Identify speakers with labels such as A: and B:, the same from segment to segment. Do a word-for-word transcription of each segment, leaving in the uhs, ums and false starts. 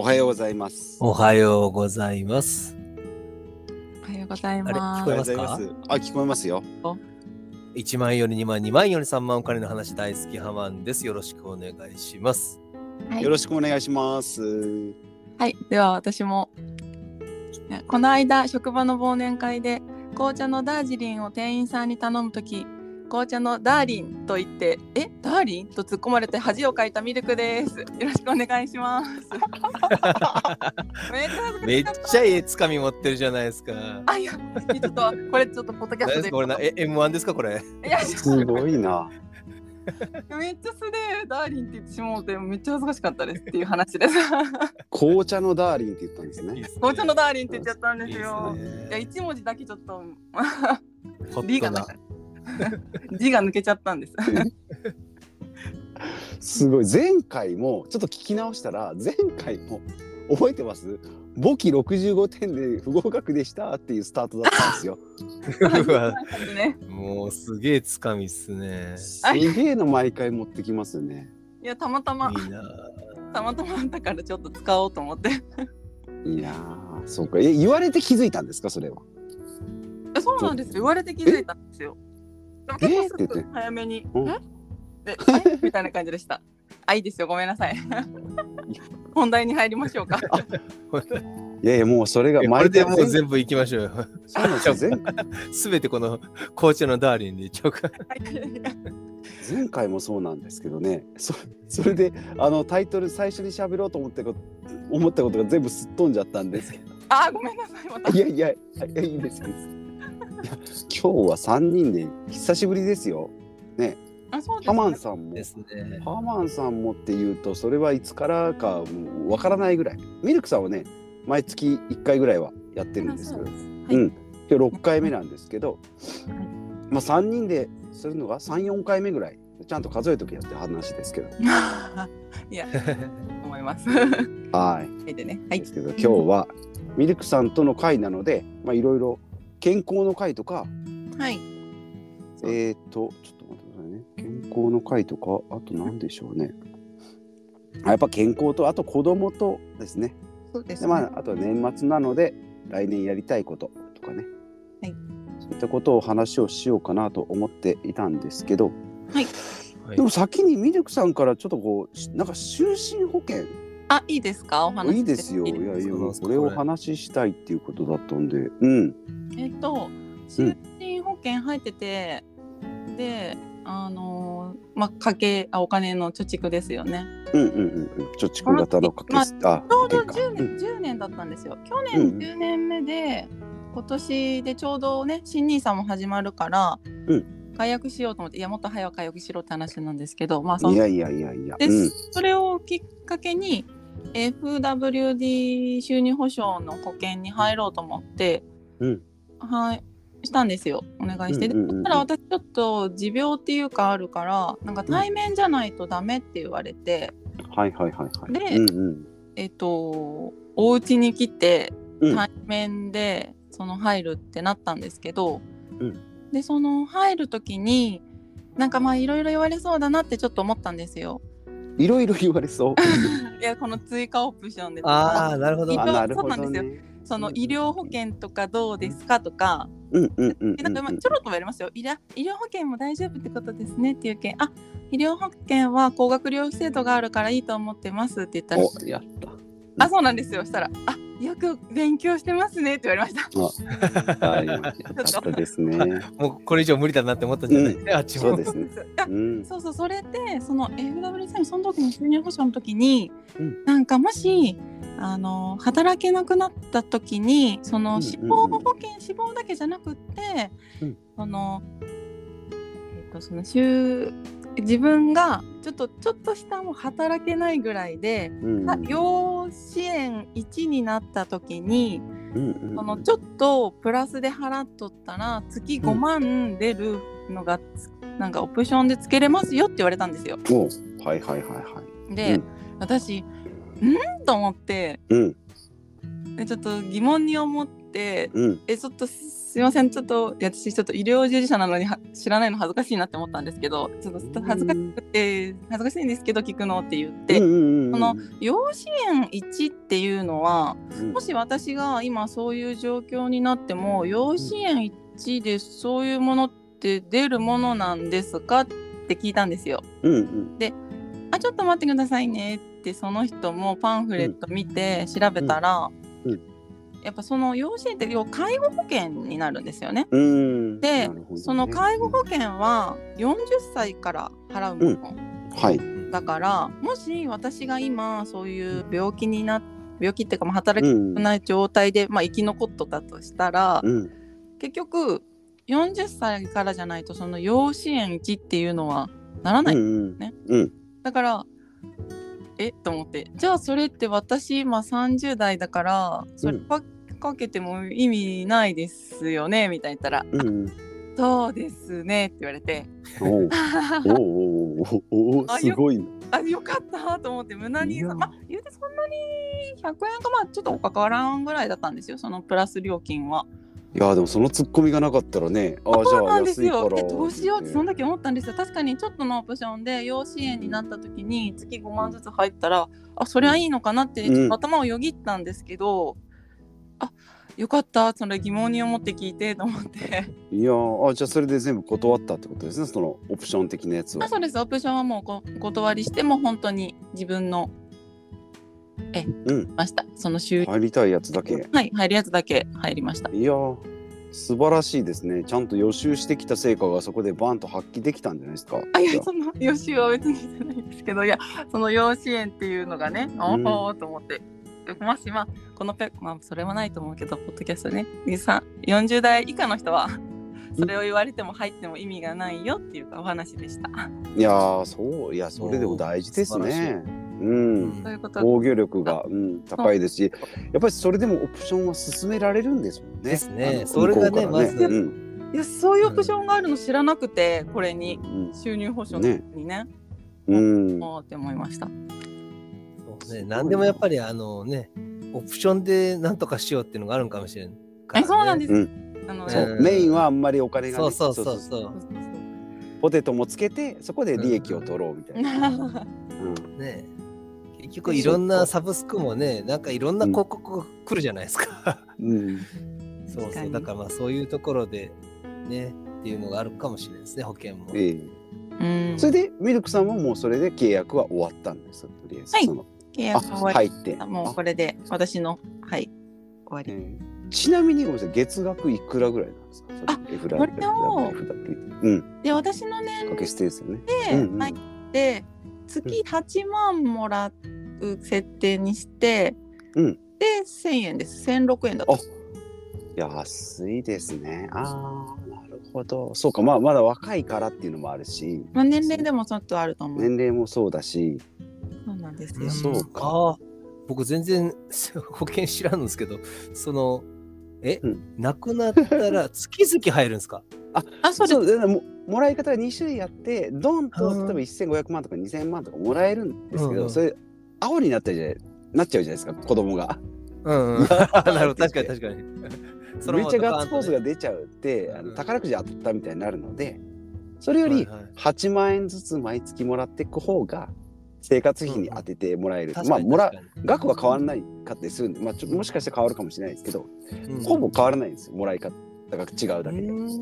A: おはようございます。
B: おはようございます。
C: おはようございます。
B: 聞こえますか？
A: あ、聞こえますよ。
B: いちまんよりにまん、にまんよりさんまんお金の話大好きハマンです。よろしくお願いします。
A: はい、よろしくお願いします。
C: はい、では私もこの間職場の忘年会で紅茶のダージリンを店員さんに頼むとき、紅茶のダーリンと言ってえダーリンと突っ込まれて恥をかいたミルクです。よろしくお願いします。めっちゃ恥ずかしかった。
B: めっちゃええつかみ持ってるじゃないですか。
C: あ、いや、ちょっとこれちょっとポッドキャストで
B: これなえ エムワン ですかこれ。
C: いや
A: すごいな。
C: めっちゃ素でダーリンって言ってしまうてめっちゃ恥ずかしかったですっていう話です。
A: 紅茶のダーリンって言ったんですね。
C: 紅茶のダーリンって言っちゃったんですよ。
B: いいですね。
C: いや一文字だけちょっと
B: ホットな
C: 字が抜けちゃったんです。
A: すごい。前回もちょっと聞き直したら、前回も覚えてます？簿記ろくじゅうごてんで不合格でしたっていうスタートだったんですよ。
B: もうすげえつかみっすね。
A: すげえの毎回持ってきますよね。
C: いやたまたま
B: いいな。
C: たまたまだからちょっと使おうと思って。
A: いやー、そうか。え、言われて気づいたんですかそれは？
C: え、そうなんですよ。言われて気づいたんですよ。でも結構すぐ早めに、
A: うん、
C: ええみたいな感じでした。あ、いいですよ。ごめんなさい。本題に入りましょうか。
A: いやいや、もうそれが
B: 毎回もう全部行きましょうよ。
A: そうなんですよ。
B: すべてこの紅茶のダーリンでいっちゃうか。
A: 前回もそうなんですけどね。そ, それであのタイトル最初に喋ろうと思って思ったことが全部すっ飛んじゃったんですけど。
C: あ、ごめんなさい。また
A: いやいやいや、いいですいいです。いや今日はさんにんで久しぶりですよ。ね。
C: あ、そうですね。
A: ハマンさんも
B: ですね。
A: ハマンさんもっていうとそれはいつからかもうわからないぐらい。ミルクさんはね毎月いっかいぐらいはやってるんですけど、はい、うん、今日ろっかいめなんですけど、はい、まあさんにんでするのがさん、よんかいめぐらいちゃんと数えとけよって話ですけど。
C: いや思います。
A: はい。
C: でね、はい。
A: ですけど今日はミルクさんとの会なので、まあいろいろ健康の会とか、
C: はい。
A: えっとちょっと待ってくださいね。健康の会とかあと何でしょうね。やっぱ健康とあと子供とですね。
C: そうですね。
A: でまああと年末なので来年やりたいこととかね。
C: はい。
A: そういったことを話をしようかなと思っていたんですけど。
C: はい。
A: でも先にミルクさんからちょっとこうなんか就寝保険。
C: あ、いいですか？お話
A: いいですよ。いやいやこれをお話ししたいっていうことだったんで。うん。
C: えっと就寝保険入ってて、うん、であのー、まあ家計あお金の貯蓄ですよね。
A: うんうんうん貯蓄型の掛け、
C: まあ、ちょうどじゅうねん、うん、じゅうねんだったんですよ。去年じゅうねんめで、うん、今年でちょうどね新ニーサも始まるから、うん、解約しようと思っていやもっと早く解約しろって話なんですけど、まあその
A: いやいやいやいや
C: で、うん、それをきっかけに エフダブリューディー 収入保障の保険に入ろうと思って、うん、はいしたんですよ。お願いして、うんうんうん、でたら私ちょっと持病っていうかあるからなんか対面じゃないとダメって言われて、
A: うん、はいはいはいはい
C: で、うんうん、えっとお家に来て対面でその入るってなったんですけど、うん、でその入る時になんかまあいろいろ言われそうだなってちょっと思ったんですよ。
A: いろいろ言われそう
C: いやこの追加オプションで
B: ああなるほど。
C: なるほど、ね、そうなんですよ。その医療保険とかどうですかとか、なんかちょろっともやりますよ。医療、医療保険も大丈夫ってことですねっていう件、あ、医療保険は高額療養制度があるからいいと思ってますって言ったら、
A: おやった。
C: あ、そうなんですよ。したら、あ、よく勉強してますねって言われました。
A: あ、はい、よかったですね。
B: もうこれ以上無理だなって思ったんじゃない、うん、あっちも。
A: そうですね。
C: うん、そうそうそれでその エフダブリュー のその時の収入保障の時に、うん、なんかもしあの働けなくなった時にその死亡保険、うんうん、死亡だけじゃなくって、うん、そのえっとその週自分がちょっとちょっとしたもう働けないぐらいで、うんうん、養子縁いちになった時に、うんうん、そのちょっとプラスで払っとったら月ごまん出るのが、うん、なんかオプションでつけれますよって言われたんですよ。
A: おはいはいはいはい。
C: で、うん、私んと思って、うん、でちょっと疑問に思って、うん、えちょっとすいませんちょっと私ちょっと医療従事者なのに知らないの恥ずかしいなって思ったんですけどちょっと恥ずかしくて恥ずかしいんですけど聞くのって言って、うんうんうんその養子縁いちっていうのは、
A: うん、
C: もし私が今そういう状況になっても養子縁いちでそういうものって出るものなんですかって聞いたんですよ。
A: うんうん、
C: で、あ、ちょっと待ってくださいねってその人もパンフレット見て調べたら、
A: うんうん、
C: やっぱその養子縁って要は介護保険になるんですよね。
A: うん、
C: で、
A: ね、
C: その介護保険はよんじゅっさいから払うもの、うん、
A: はい、
C: だからもし私が今そういう病気になっ病気っていうか、まあ、働きたくない状態で、うん、まあ、生き残っとったとしたら、うん、結局よんじゅっさいからじゃないとその養子縁いちっていうのはならないんですね、うんうん、だからえと思って、じゃあそれって私今さんじゅう代だからそれかけても意味ないですよねみたいな言ったら、うん、そうですねって言われて、
A: おおおおすごい。
C: あ、よかったと思って胸に、まあ、言うてそんなにひゃくえんか、まあちょっとかからんぐらいだったんですよ、そのプラス料金は。
A: いやでもそのツッコミがなかったらね、ああじゃあ安いから
C: でどうしようってその時思ったんですよ。確かにちょっとのオプションで養子縁になった時に月ごまんずつ入ったら、あ、それはいいのかなってちょっと頭をよぎったんですけど、うん、あ、よかったそれ疑問に思って聞いてと思って。
A: いやあ、じゃあそれで全部断ったってことですね、そのオプション的なやつは。
C: あ、そうです。オプションはもうお断りしても本当に自分のえ、うん、ましたその収
A: 入りたいやつだけ、
C: はい、入るやつだけ入りました。
A: いや素晴らしいですね。ちゃんと予習してきた成果がそこでバンと発揮できたんじゃないですか。
C: あ、いやその予習は別にじゃないんですけど、いやその養子縁っていうのがね、おおと思って、もしまあこのペまあそれはないと思うけど、ポッドキャストねよんじゅう代以下の人はそれを言われても入っても意味がないよっていうかお話でした。
A: いやーそういやそれでも大事ですね。うん、防御力が、うん、高いですし、やっぱりそれでもオプションは進められるんですもんね。
B: ですね。それがね、まず、
C: うん、いやそういうオプションがあるの知らなくて、これに、うん、収入保障にね、うん、あって思いました。
B: そうね、何でもやっぱりあのね、オプションでなんとかしようっていうのがあるのかもしれない、
C: ね。そうなんです。うん、
A: あのそうメインはあんまりお金が、ね、
B: そうそうそうそう。
A: ポテトもつけてそこで利益を取ろうみたいな。うんうん、
B: ね。結局いろんなサブスクもね、なんかいろんな広告が来るじゃないですか。うん、そうそう、だからまあそういうところでねっていうのがあるかもしれないですね、保険も。え
A: ー、うん、それでミルクさんはもうそれで契約は終わったんですとりあえず。はい、その
C: 契約終わり入ってもうこれで私のはい終わり。え
A: ー、ちなみにごめんなさい、月額いくらぐらいなんですか。
C: あ、これを、うん、で私の年
A: かけ捨てですよね。
C: で、うんうん、はい、で月はちまんもらう設定にして、うん、でせんえんです。せんろくえんだと。
A: 安いですね。ああ、なるほど。そうか、まあまだ若いからっていうのもあるし、
C: まあ、年齢でもちょっとあると思う。
A: 年齢もそうだし。
C: そうなんですよ。
A: そうか。
B: あ、僕全然保険知らんんですけど、そのえ、うん、亡くなったら月々入るんですか。
A: ああ、そうです。も, もらい方がに種類あって、ドンと例えばせんごひゃくまんとかにせんまんとかもらえるんですけど、うんうん、それ青になったじゃなっちゃうじゃないですか、子供が。
B: うんうん、なるほど、確かに確かに。
A: めっちゃガッツポーズが出ちゃうって、うん、あの宝くじ当たったみたいになるので、それよりはちまんえんずつ毎月もらっていく方が生活費に当ててもらえる、うん、まあもら額は変わらないかってするんで、まあ、ちょもしかして変わるかもしれないですけど、うん、ほぼ変わらないんですよ、もらい方が違うだけで。うん、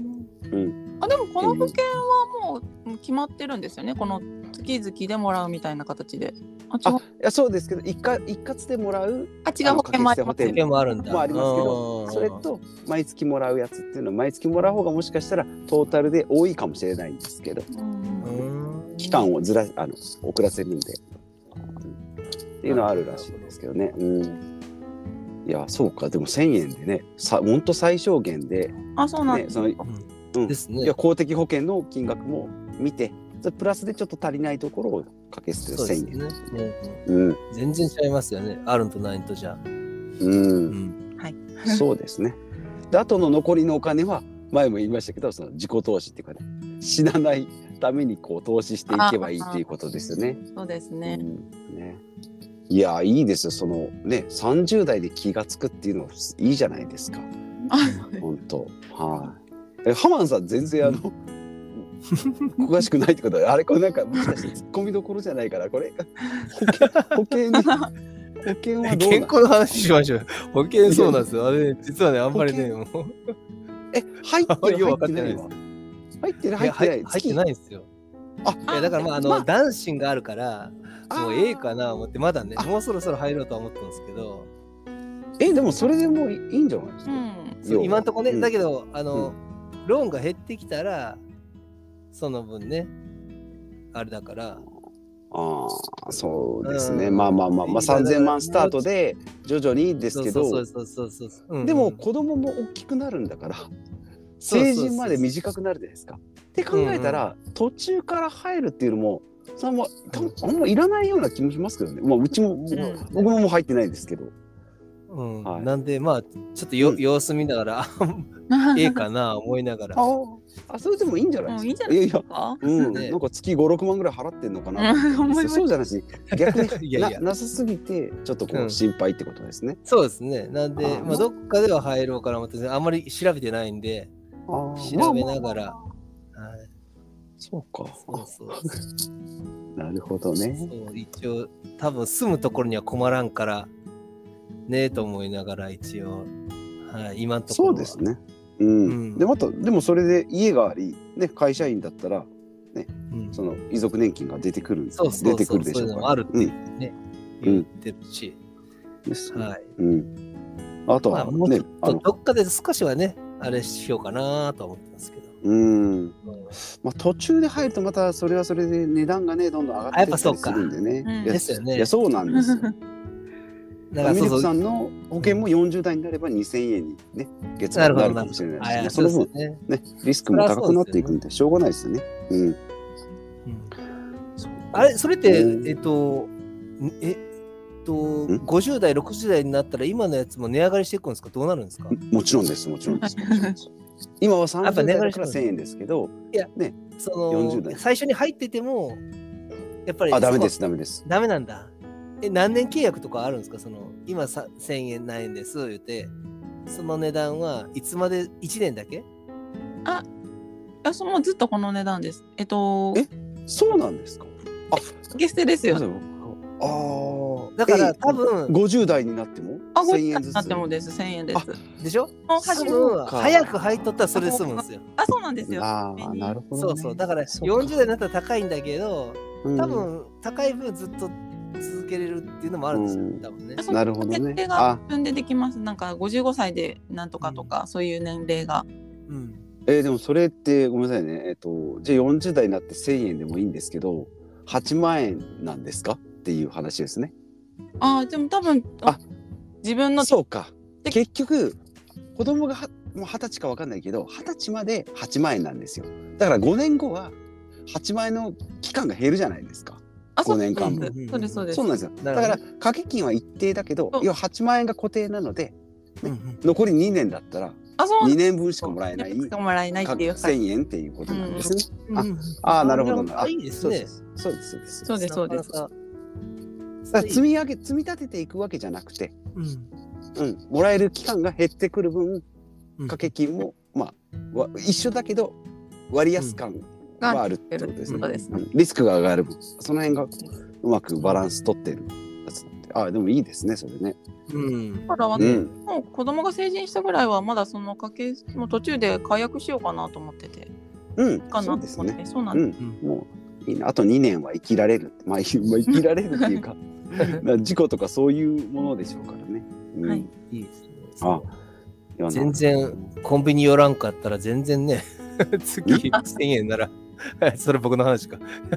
C: あでもこの保険はもう決まってるんですよね、この月々でもらうみたいな形で。
A: あ違う、あいやそうですけど、一括一括でもらう
C: あ違う保険もあります。
B: 保険もあるんだ。
A: もありますけど、それと毎月もらうやつっていうのは毎月もらう方がもしかしたらトータルで多いかもしれないんですけど、うん期間をずらあの遅らせるんで、うん、っていうのはあるらしいんですけどね。うん、いやそうか、でもせんえんでね、さ本当最小限で、
C: あそうなんですね。
A: うんですね。いや公的保険の金額も見て、プラスでちょっと足りないところをかけ捨てるせんえん。ね、
B: うん、全然違いますよね。あるんとないんとじゃ。うん、
C: うん、はい。
A: そうですね。であとの残りのお金は前も言いましたけど、その自己投資っていうかね、死なないためにこう投資していけばいいっていうことですよね。
C: そうですね。
A: うん、ね。いやいいですよ、そのねさんじゅう代で気がつくっていうのはいいじゃないですか。本当。はい。えハマンさん全然あの、うん、 詳しくないってことはあれこれなんかもしかしてツッコミどころじゃないからこれ保険保険に保険はどう
B: 健康の話しましょう。保険そうなんですよ。あれ実はねあんまりねもう
A: え入ってる入ってないわ。入ってる入ってない。
B: 入ってないんですよ。あ、いやだからまああの、まあ、男子があるからもうええかな思ってまだねもうそろそろ入ろうとは思ったんですけど。
A: えでもそれでもいいんじゃないですか。
B: うん、今んとこね、うん、だけどあの、うん、ローンが減ってきたらその分ねあれだから。
A: ああそうですね、うん、まあまあまあまあさんぜんまんスタートで徐々にですけどでも子供も大きくなるんだから成人まで短くなるじゃないですか。って考えたら、うんうん、途中から入るっていうのもそのあんまいらないような気もしますけどね。まあうちも、うん、僕ももう入ってないですけど。
B: うんはい、なんでまあちょっとよ、うん、様子見ながらええかな思いながら。
A: あ、それでもいいんじゃないですか。
C: いいん
A: じゃないですか。いやいや、うん、ね、なんか月ご、ろくまんぐらい払ってんのかな。そうじゃなし、逆にいやいや な, なさすぎてちょっとこう心配ってことですね。
B: うん、そうですね。なんでまあどっかでは入ろうかな思ってあんまり調べてないんで調べながら。
A: まあまあはい、そうか。
B: そうそう
A: なるほどね。
B: そう一応多分住むところには困らんからねえと思いながら一応、はい、今のところは。
A: そうですね。うんうん、でまたでもそれで家があり、ね、会社員だったら、ねうん、その遺族年金が出てくる
B: そうそうそう
A: 出てくるでしょうから。そういうの
B: もあるってね、うん、言ってるし、
A: ですね。はい。うん。あとは、ね、
B: まあ、もうちょっとどっかで少しはねあれしようかなと思ってますけど。
A: うん。うんまあ途中で入るとまたそれはそれで値段がねどんどん上がってきたりするんでね。
B: うん、ですよね。
A: いやそうなんですよ。だからミルクさんの保険もよんじゅう代になればにせんえんにね月額になるかもしれないし、ね、その分ねリスクも高くなっていくんでしょうがないですよね。うん。うん、
B: あれそれってえっとえっとごじゅう代ろくじゅう代になったら今のやつも値上がりしていくんですかどうなるんですか？
A: もちろんですもちろんです。今はさんじゅう代だからせんえんですけど、
B: いやねそのよんじゅう代最初に入っててもやっぱり
A: あダメですダメです。
B: ダメなんだ。え何年契約とかあるんですか？その今させんえん何円です言ってその値段はいつまでいちねんだけ？
C: あ、あそのずっとこの値段です。えっと
A: えそうなんですか？あ
C: 決定ですよ。
A: ああ
B: だから多分
A: ごじゅう代になっても
C: あせんえんずつなってもですせんえんです。
B: でしょ？多分早く入っとったらそれで済むんですよ。
C: あそうなんですよ。
A: ああなるほど、ね、
B: そうそうだからよんじゅう代になったら高いんだけど多分高い分ずっと続けれるっていうのもあるんですよ、うん、多分ね。
A: なるほどね。
C: 設定が自分でできます。なんかごじゅうごさいでなんとかとか、うん、そういう年齢が。
B: うん、
A: えー、でもそれってごめんなさいね。えっとじゃあよんじゅう代になってせんえんでもいいんですけど、はちまんえんなんですかっていう話ですね。
C: ああでも多分あ自分の
A: そうか。結局子供がはもうはたちかわかんないけど、はたちまではちまんえんなんですよ。だからごねんごははちまんえんの期間が減るじゃないですか。ごねんかんぶん。
C: そうですそうです。
A: そうなんですよ。だから掛け金は一定だけど、要ははちまんえんが固定なので、ね、残りにねんだったらにねんぶんしかもらえないせんえんっていうことなんですね。ああなるほどな。
B: いいですね。
A: そうですそうです。
C: そうですそうです。
A: だから積み上げ積み立てていくわけじゃなくて、うん、もらえる期間が減ってくる分、掛け金もまあ一緒だけど割安感はあるってことですね。リスクが上がる分、その辺がうまくバランス取ってるやつなんで、ああでもいいですねそれね。
C: うん。だから、ねうん、もう子供が成人したぐらいはまだその掛けもう途中で解約しようかなと思ってて。
A: うん。
C: かなと思って。そうなんです。
A: うん、もういいな。あとにねんは生きられるって、まあ、生きられるっていうか事故とかそういうものでしょうからね。
C: うん、はい。
B: いいですね。
A: あ
B: 全然コンビニ寄らんかったら全然ね月せんえんならそれ僕の話か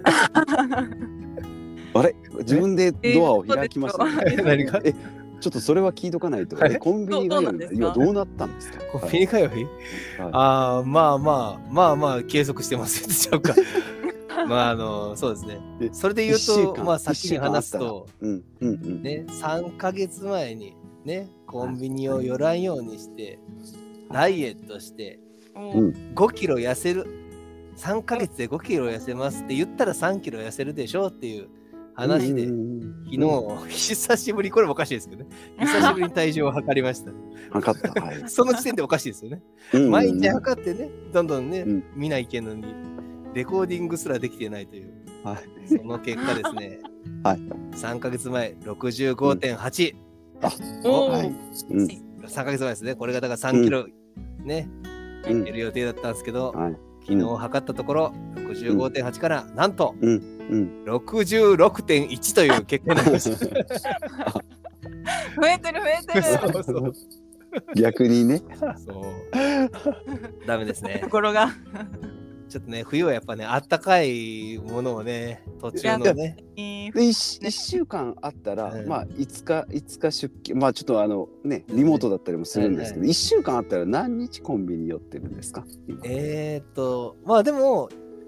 A: あれ自分でドアを開きましたね。
B: え何か
A: えちょっとそれは聞いとかないと。コンビニ通い今どうなったんですか？
B: コンビニ通い、はい、ああまあまあまあまあ継続してますでしょうか。まああのそうですね。それで言うとまあ先に話すと、
A: うんうんうん、
B: ねさんかげつまえにねコンビニを寄らんようにしてダイエットしてごキロ痩せる、さんかげつでごキロ痩せますって言ったらさんキロ痩せるでしょっていう話で、昨日久しぶり、これもおかしいですけどね、久しぶりに体重を測りました。
A: 測った、はい、
B: その時点でおかしいですよね。毎日測ってね、どんどんね、見ないけんのにレコーディングすらできてないという、
A: はい、
B: その結果ですね、
A: はい、
B: さんかげつまえ ろくじゅうごてんはち、
A: うん、あ、お、はい、うん、
B: さんかげつまえですね。これがだからさんキロね、うん、いける予定だったんですけど、はい、昨日測ったところ ろくじゅうごてんはち からなんと、うんうん、ろくじゅうろくてんいち という結果になりました。増
C: えてる増えてる。そうそう。
A: 逆にね。
B: そう。ダメですね。
C: ところが。
B: ちょっとね、冬はやっぱね、あったかいものをね、途中のね。
A: で いっしゅうかんあったら、うん、まあいつか、いつか出勤、まあちょっとあのね、リモートだったりもするんですけど、はいはい、いっしゅうかんあったら何日コンビニ寄ってるんですか？
B: えーっと、まあでも、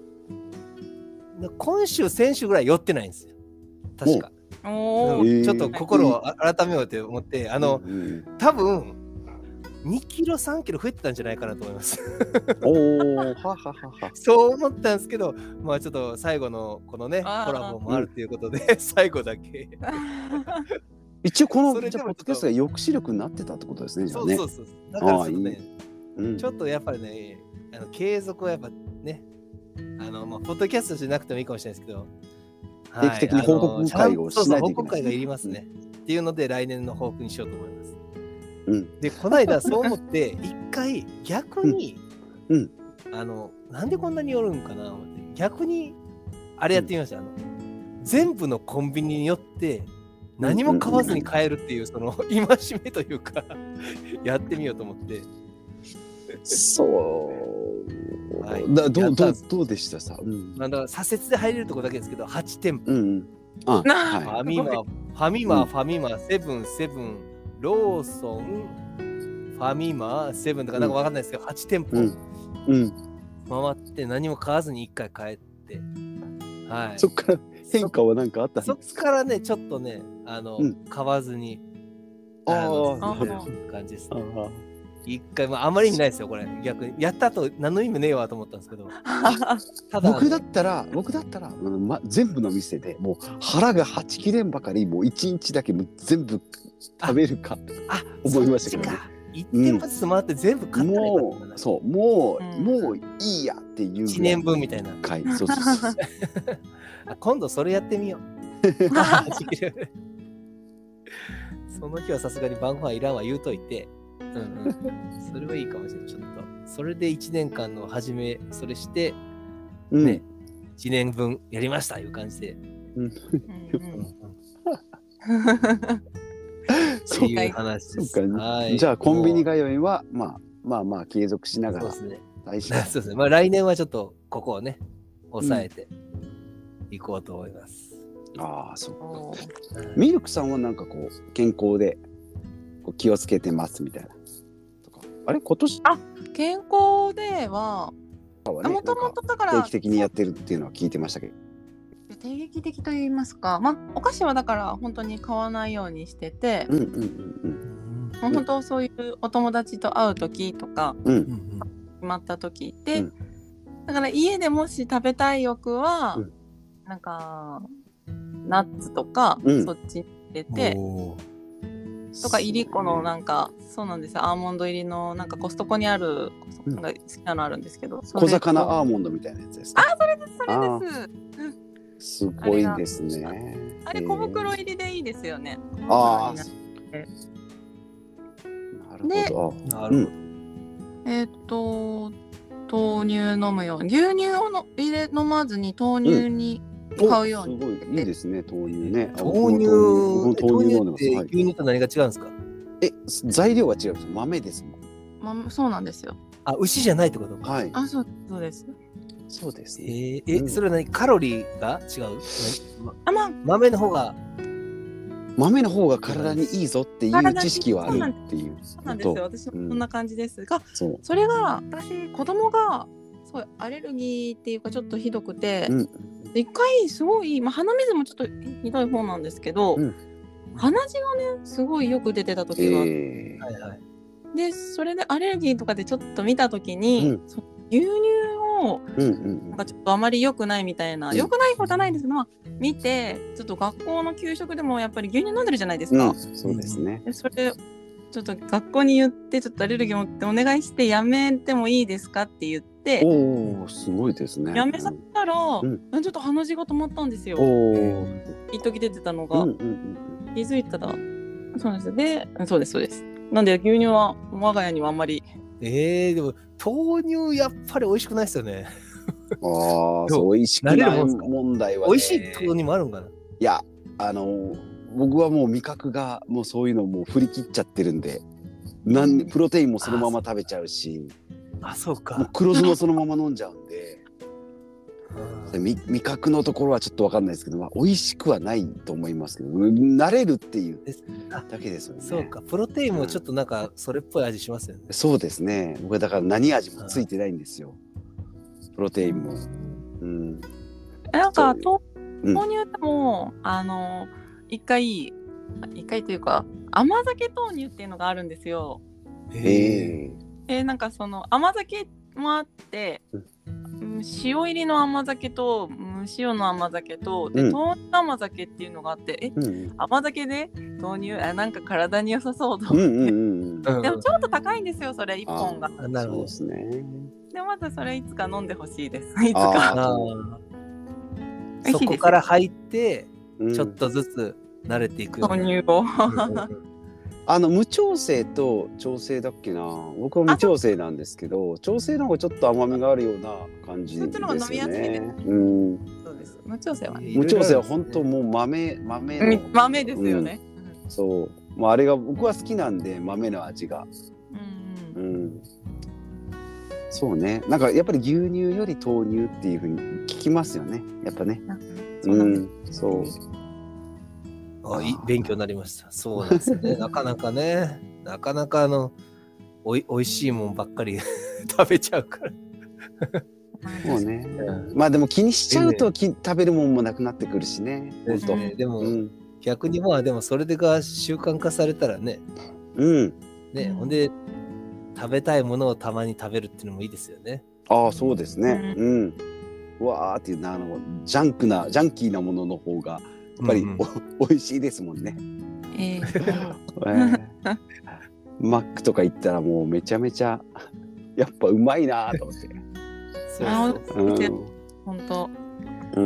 B: 今週、先週ぐらい寄ってないんですよ。確か。おうん、ちょっと心を改めようと思って、あの、うんうん、多分、にキロさんキロ増えてたんじゃないかなと思います。おー、はははは。そう思ったんですけど、まあちょっと最後のこのねコラボもあるということで、うん、最後だけ。
A: 一応このポッドキャストが抑止力になってたってことですね。じゃあね。
B: そうそうそう。だからちょっとね、いいうん、ちょっとやっぱりね、あの継続はやっぱね、あのまあポッドキャストじゃなくてもいいかもしれないですけど、
A: 定期的に報告会をしないといけない。そうそう、
B: 報告会がいりますね。っていうので来年の抱負にしようと思います。うん、でこの間そう思って一回逆に、うんうん、あのなんでこんなに寄るんかな思って逆にあれやってみました、うん、あの全部のコンビニによって何も買わずに買えるっていうその戒めというかやってみようと思って
A: そう、はい、だどうどうどうでしたさ、うん、
B: だから左折で入れるとこだけですけどはち店舗、うん、あ、はい、ファミマファミマ、うん、ファミマセブンセブンローソン、ファミマ、セブンとかなんかわかんないですけど、うん、はち店舗、うんうん、回って何も買わずにいっかい帰って、はい、
A: そっから変化は何かあったんですか？
B: そっからね、ちょっとね、あの、うん、買わずに、ああ感じですね。一回、まあ、あまり意味ないですよ、これ。逆に。やった後、何の意味ねえわと思ったんですけど。
A: ただ僕だったら、僕だったら、ま、全部の店でもう腹がはち切れんばかり、もういちにちだけも全部食べるかあ思いましたけどね。
B: 一店舗ずつ回って全部買ったらいいか
A: もう、そう、もう、うん、もういいやっていう。
B: いちねんぶんみたいな。
A: はい、そうそうそう。
B: 今度それやってみよう。その日はさすがに晩ご飯いらんわ言うといて。うんうん、それはいいかもしれない。ちょっとそれでいちねんかんの初めそれして、うん、ねいちねんぶんやりましたいう感じで、うん、そういう話です。
A: はい、じゃあコンビニ通いはまあまあまあ継続しながら、そうですね。
B: 大事そうですね。まあ来年はちょっとここをね抑えていこうと思います。
A: うん、ああそうか。ミルクさんはなんかこう健康でこう気をつけてますみたいな。あれ今年
C: あ健康ではもともとだから
A: 定期的にやってるっていうのは聞いてましたけど、
C: 定期的と言いますか、まあお菓子はだから本当に買わないようにしてて、うんうんうんうん、本当そういうお友達と会う時とか、うん、決まった時で、うん、だから家でもし食べたい欲は、うん、なんかナッツとか、うん、そっちに入れて。とかいりこのなんかそうなんですよ、アーモンド入りのなんかコストコにあるなんか好きなのあるんですけど、
A: 小魚アーモンドみたいなやつですか？
C: あ、それですそれ
A: です。すごいですね。
C: あれ小袋入りでいいですよね。
A: ああ、なるほど。なるほど。
C: えっと豆乳飲むように牛乳をの入れ飲まずに豆乳に、うん買うように。
A: すごいいいですね、豆乳ね。
B: 豆乳、豆乳って牛乳と何が違うんですか？
A: え、材料は違うんです。豆です
C: もん。ま、そうなんですよ。
B: あ、牛じゃないってこと？
A: はい。
C: あ、そうそうです。
A: そうですね。
B: えー、え、うん、それは何？カロリーが違う？
C: あ、ま、
B: 豆の方が
A: 豆の方が体にいいぞっていう知識はあるっていう。
C: そうなんですよ。私もそんな感じですが、うん、それが私子供がすごいアレルギーっていうかちょっとひどくて。うん、一回すごい、まあ、鼻水もちょっとひどい方なんですけど、うん、鼻血がねすごいよく出てた時があって、えーはいはい、でそれでアレルギーとかでちょっと見た時に、うん、そ牛乳を、うんうん、なんかちょっとあまり良くないみたいな、うん、良くないことはないんですけど、まあ、見てちょっと学校の給食でもやっぱり牛乳飲んでるじゃないですか、うん、
A: そうですね。
C: でそれちょっと学校に言ってちょっとアレルギー持ってお願いしてやめてもいいですかって言ってて、
A: おお、すごいですね。
C: やめさせたら、うん、ちょっと鼻血が止まったんですよ。一時出てたのが、うんうんうん、気づいたらそうです。で、そうですそうです。なんで牛乳は我が家にはあんまり。
B: えー、でも豆乳やっぱり美味しくないですよね。
A: ああ、そう美味しくない問題は、ね、
B: 美味しい豆乳もあるんかな。い
A: や、あの僕はもう味覚がもうそういうのもう振り切っちゃってるんで、なんプロテインもそのまま食べちゃうし、
B: あ、そうか。
A: もう黒酢もそのまま飲んじゃうんで、味, 味覚のところはちょっと分かんないですけど、まあ、美味しくはないと思いますけど、慣れるっていうだけですよね。
B: そうか、プロテインもちょっとなんかそれっぽい味しますよね。
A: うん、そうですね。僕はだから何味もついてないんですよ、プロテインも。うん、
C: なんか豆乳でも、うん、あの一回一回というか甘酒豆乳っていうのがあるんですよ。
A: へ
C: えー、なんかその甘酒もあって、うん、塩入りの甘酒と無塩の甘酒とで、うん、豆乳甘酒っていうのがあって、え、うん、甘酒で豆乳あなんか体に良さそうと思って、うんうんうん、でもちょっと高いんですよ、それいっぽんが。
A: なるほどですね。
C: でまずそれいつか飲んでほしいです。いつか。
B: そこから入ってちょっとずつ慣れていくような、
C: 豆乳を
A: あの無調整と調整だっけな。僕は無調整なんですけど、調整の方がちょっと甘みがあるような感じですよね。そっちの方が飲みやすいです。うん。
C: そうです。無調整はね。
A: 無調整は本当もう豆豆の
C: 豆ですよね。
A: うん、そう。まああれが僕は好きなんで豆の味が。うん、うん。そうね。なんかやっぱり牛乳より豆乳っていう風に聞きますよね。やっぱね。
C: そうなんです。うん、
A: そう。
B: あ、いい勉強になりました。そうなんですね。なかなかね、なかなかあのおいおいしいもんばっかり食べちゃうから。
A: もうね。うん、まあでも気にしちゃうとき、ね、食べるもんもなくなってくるしね。本当。
B: ね、でも、うん、逆にまあでもそれでが習慣化されたらね。
A: うん。
B: ね、ほんで食べたいものをたまに食べるっていうのもいいですよね。
A: ああ、そうですね。うん。うわーっていうなあのジャンクなジャンキーなものの方が。やっぱり、うん、お, 美味しいですもんね。
C: えー
A: えー、マックとか行ったらもうめちゃめちゃやっぱうまいなと思って。
C: そうそう、うん、本当。
A: うん。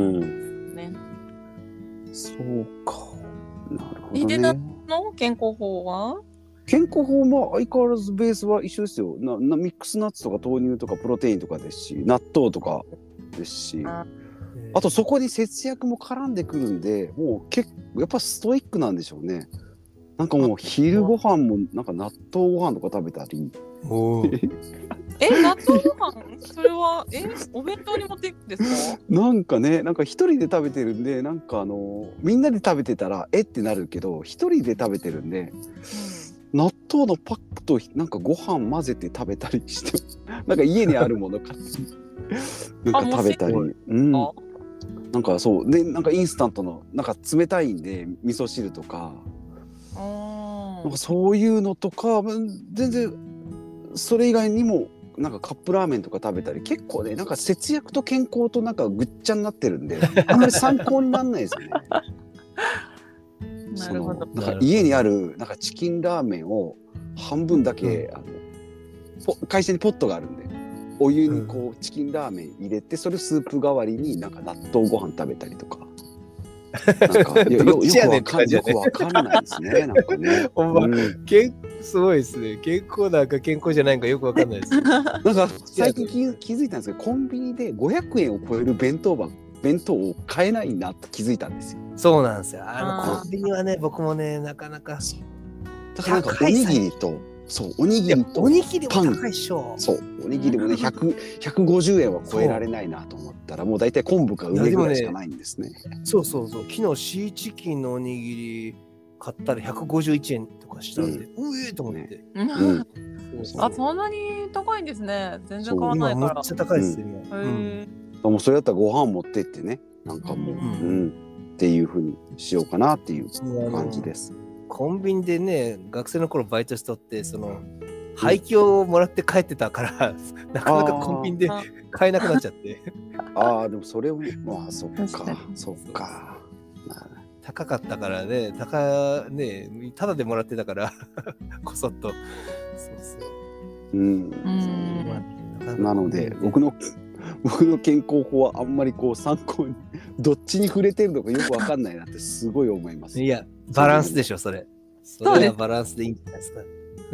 A: ね。そうか。なるほどね。
C: でなの健康法は？
A: 健康法も相変わらずベースは一緒ですよ。ななミックスナッツとか豆乳とかプロテインとかですし、納豆とかですし。あとそこに節約も絡んでくるんで、もう結構やっぱストイックなんでしょうね。なんかもう昼ご飯もなんか納豆ご飯とか食べたり。
C: え、納豆ご飯？それはえお弁当に持っていくんですか？
A: なんかね、なんか一人で食べてるんで、なんかあのみんなで食べてたらえってなるけど、一人で食べてるんで、うん、納豆のパックとなんかご飯混ぜて食べたりして、なんか家にあるもの買ってなんか食べたり。うん。なんかそうでなんかインスタントのなんか冷たいんで味噌汁とか、なんかそういうのとか全然それ以外にもなんかカップラーメンとか食べたり結構ねなんか節約と健康となんかぐっちゃになってるんであんまり参考にならないですよね。
C: なるほど。
A: なんか家にあるなんかチキンラーメンを半分だけ、うん、あの会社にポットがあるんで。お湯にこうチキンラーメン入れてそれスープ代わりになんか納豆ご飯食べたりとかなんかよよくわかんよくわかんないですねなんかね。
B: ほんま、うん、けすごいですね。健康なんか健康じゃないかよくわかんないです。
A: なんか最近気気づいたんですけどコンビニでごひゃくえんを超える弁当箱弁当を買えないなって気づいたんですよ。
B: そうなんですよ。あのコンビニはね僕もねなかなか
A: だからなんかおにぎりとそうおにぎりと
B: おにぎりも高いっしょ。
A: そうおにぎりもねひゃく、ひゃくごじゅうえんは超えられないなと思ったらもう大体昆布か梅ぐらいしかないんですね。
B: そうそうそう昨日シーチキンのおにぎり買ったらひゃくごじゅういちえんとかしたんで、うん、うえーと思って、
C: うん、あそんなに高いんですね。全然買わないから。
B: めっちゃ高いですよ、
C: うん、
A: もうそれだったらご飯持ってってねなんかもう、うんうん、っていう風にしようかなっていう感じです。
B: コンビニでね学生の頃バイトしとってその廃棄をもらって帰ってたからなかなかコンビニで買えなくなっちゃって
A: ああでもそれをまあそっかそっか
B: 高かったからね高ねただでもらってたからこそっとそうそう
A: うん
B: そう、まあ、なか
A: なので僕の僕の健康法はあんまりこう参考にどっちに触れてるのかよくわかんないなってすごい思います。
B: いやバランスでしょそれ。それはバランスでいいんじゃないですか。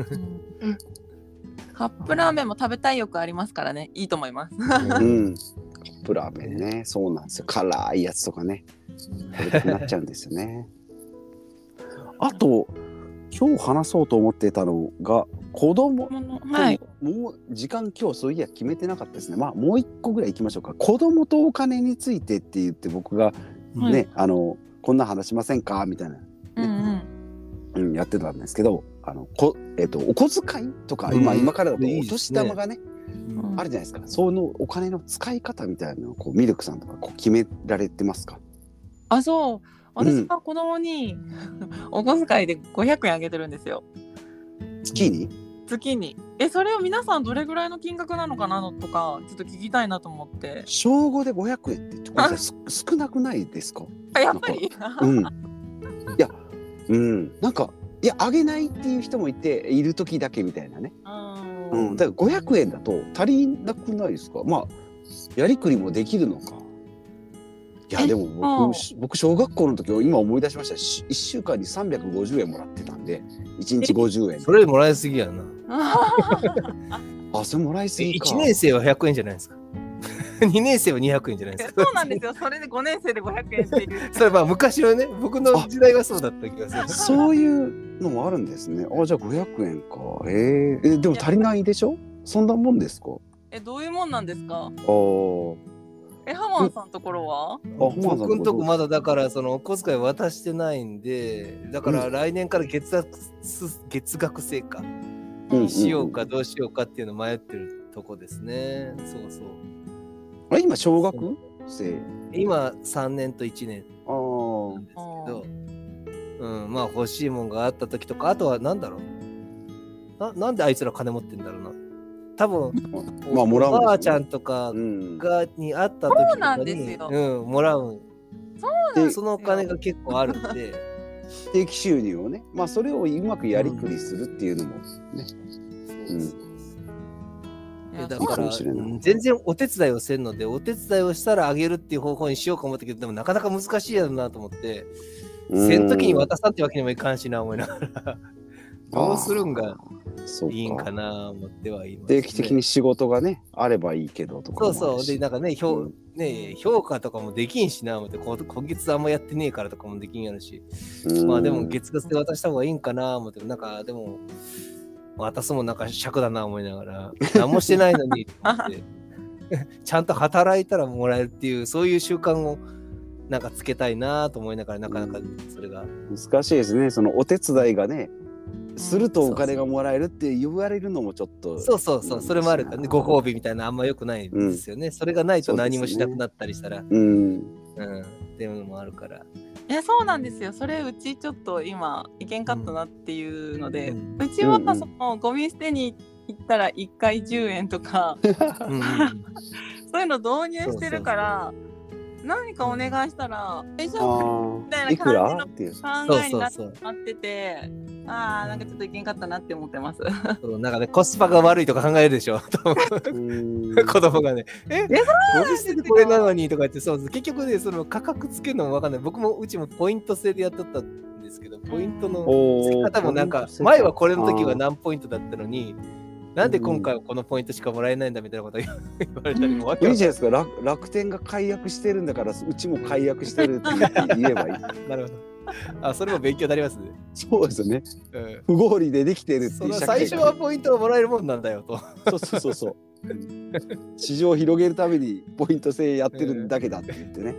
C: カップラーメンも食べたい欲ありますからね、いいと思います。うん、
A: カップラーメンね、そうなんですよ。辛いやつとかね、食べたくなっちゃうんですよね。あと今日話そうと思ってたのが子供、はい、もう時間今日そういや決めてなかったですね。まあもう一個ぐらい行きましょうか。子供とお金についてって言って僕がね、はい、あのこんな話しませんかみたいな、ね、うんうんうん、やってたんですけど、あのこ、えーと、お小遣いとか、うん、今, 今からだとお年玉がね、うん、あるじゃないですか。そのお金の使い方みたいなのをこうミルクさんとかこう決められてますか？
C: あ、そう。私は子供に、うん、お小遣いでごひゃくえんあげてるんですよ。
A: 月に？
C: 月に。え、それを皆さんどれぐらいの金額なのかなのとかちょっと聞きたいなと思って。
A: 小ごでごひゃくえんって少なくないですか？
C: あ、やっぱり。
A: うん。いや、うん、なんかいやあげないっていう人もいている時だけみたいなね。うん。だからごひゃくえんだと足りなくないですか？まあやりくりもできるのか。いやでも 僕, 僕小学校の時を今思い出しました。いっしゅうかんにさんびゃくごじゅうえんもらってたんでいちにちごじゅうえん。
B: それもらいすぎやな。
A: あ、それもらいすぎか。
B: いちねん生はひゃくえんじゃないですか。にねん生はにひゃくえんじゃないですか。
C: そうなんですよ。それでごねん生でごひゃくえんっていう。
B: それまあ昔のね、僕の時代はそうだった気がする。
A: そういうのもあるんですね。あ、じゃあごひゃくえんか。えー、えでも足りないでしょ？そんなもんですか？
C: え、どういうもんなんですか？
A: ああ。
C: え、ハマンさんのところは？
B: 僕のとこまだだからそのお小遣い渡してないんで、だから来年から月額、うん、月額制かにしようかどうしようかっていうの迷ってるとこですね。そうそう。
A: あ、今小学生？
B: 今さんねんといちねんなんですけど、うん、まあ欲しいもんがあった時とか、あとはなんだろうな、なんであいつら金持ってんだろうな。多分、まあ、もらうんですね、おばあちゃんとかが、うん、に会った時とかに、うん、もらう。そうなん、そのお金が結構あるんで。
A: 定期収入をね、まあそれをうまくやりくりするっていうのもね。うん、
B: うん、だから全然お手伝いをせんので、お手伝いをしたらあげるっていう方法にしようか思ったけど、でもなかなか難しいやろなと思って、せん時に渡さんってわけにもいかんしな思いながら。どうするんがいいんかな思ってはいます、ね、
A: 定期的に仕事がねあればいいけどとか。
B: そうそうでなんかね、評、うん、ね評価とかもできんしな思って、今月あんまやってねえからとかもできんやるし、まあでも月額で渡した方がいいんかな思って、なんかでも渡すもなんか尺だな思いながら、何もしてないのにと思ってちゃんと働いたらもらえるっていうそういう習慣をなんかつけたいなと思いながら、なかなかそれが
A: 難しいですね。そのお手伝いがねするとお金がもらえるって言われるのもちょっと、
B: そうそうそう、それもあるからね、ご褒美みたいなあんま良くないんですよね、うん、それがないと何もしなくなったりしたら、う、ね、うん、うん、っていうのもあるから。
C: いや、そうなんですよ。それうちちょっと今いけんかったなっていうので、うん、うちはそのゴミ捨てに行ったらいっかいじゅうえんとかそういうの導入してるから、そうそうそう、何かお願いしたら大丈夫みたいな感じの考えになってて、ああ、なんかちょっといけんかったなって思ってます。
B: そう、なんかね、コスパが悪いとか考えるでしょ。子供がね、え、ゴミ捨ててこれなのにとか言って、そう、結局ね、その価格つけるのも分かんない。僕もうちもポイント制でやっとったんですけど、ポイントの付け方もなんか、前はこれの時は何ポイントだったのに、なんで今回はこのポイントしかもらえないんだみたいなこと言われたりもわけ。
A: いいじゃないですか。 楽, 楽天が解約してるんだから、うちも解約してるって言えばいい。
B: なるほど。あ、それも勉強になりますね。
A: そうですね、うん、不合理でできてるっていう
B: 社会が、最初はポイントをもらえるもんなんだよと。
A: そうそうそうそう市場を広げるためにポイント制やってるだけだって言ってね、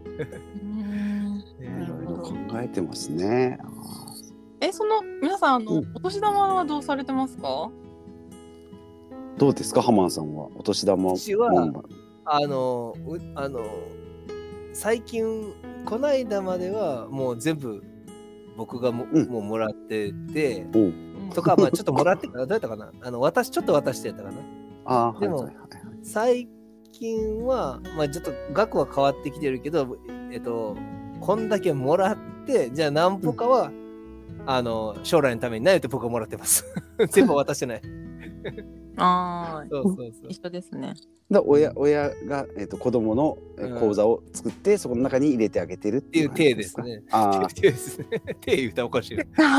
A: いろいろ考えてますね。
C: え、その皆さん、あの、うん、お年玉はどうされてますか？
A: どうですか、ハマンさんはお年玉。
B: 私はあのあの最近こないだまではもう全部僕が も,、うん、もうもらってて、うん、とか、まあちょっともらってどうやったかな、あの私ちょっと渡してやったかな。
A: あ、
B: でも、はいはいはい、最近はまあちょっと額は変わってきてるけど、えっとこんだけもらってじゃあ何歩かは、うん、あの将来のためにないと僕はもらってます。全部渡してない。
C: ああ、
B: そうそうそう。
C: 一緒ですね。
A: だ親親が、えー、と子供の口座を作って、うん、そこの中に入れてあげてるっていう
B: 体ですね。
A: ああ、
B: 手ですね。手言うたらおかしい。